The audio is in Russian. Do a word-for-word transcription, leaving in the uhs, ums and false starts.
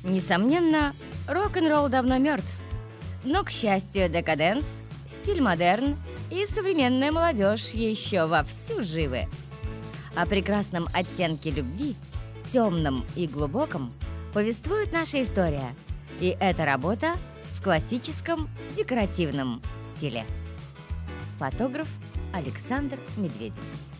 Несомненно, рок-н-ролл давно мертв. Но, к счастью, декаденс, стиль модерн и современная молодежь еще вовсю живы. О прекрасном оттенке любви, темном и глубоком, повествует наша история. И эта работа в классическом декоративном стиле. Фотограф Александр Медведев.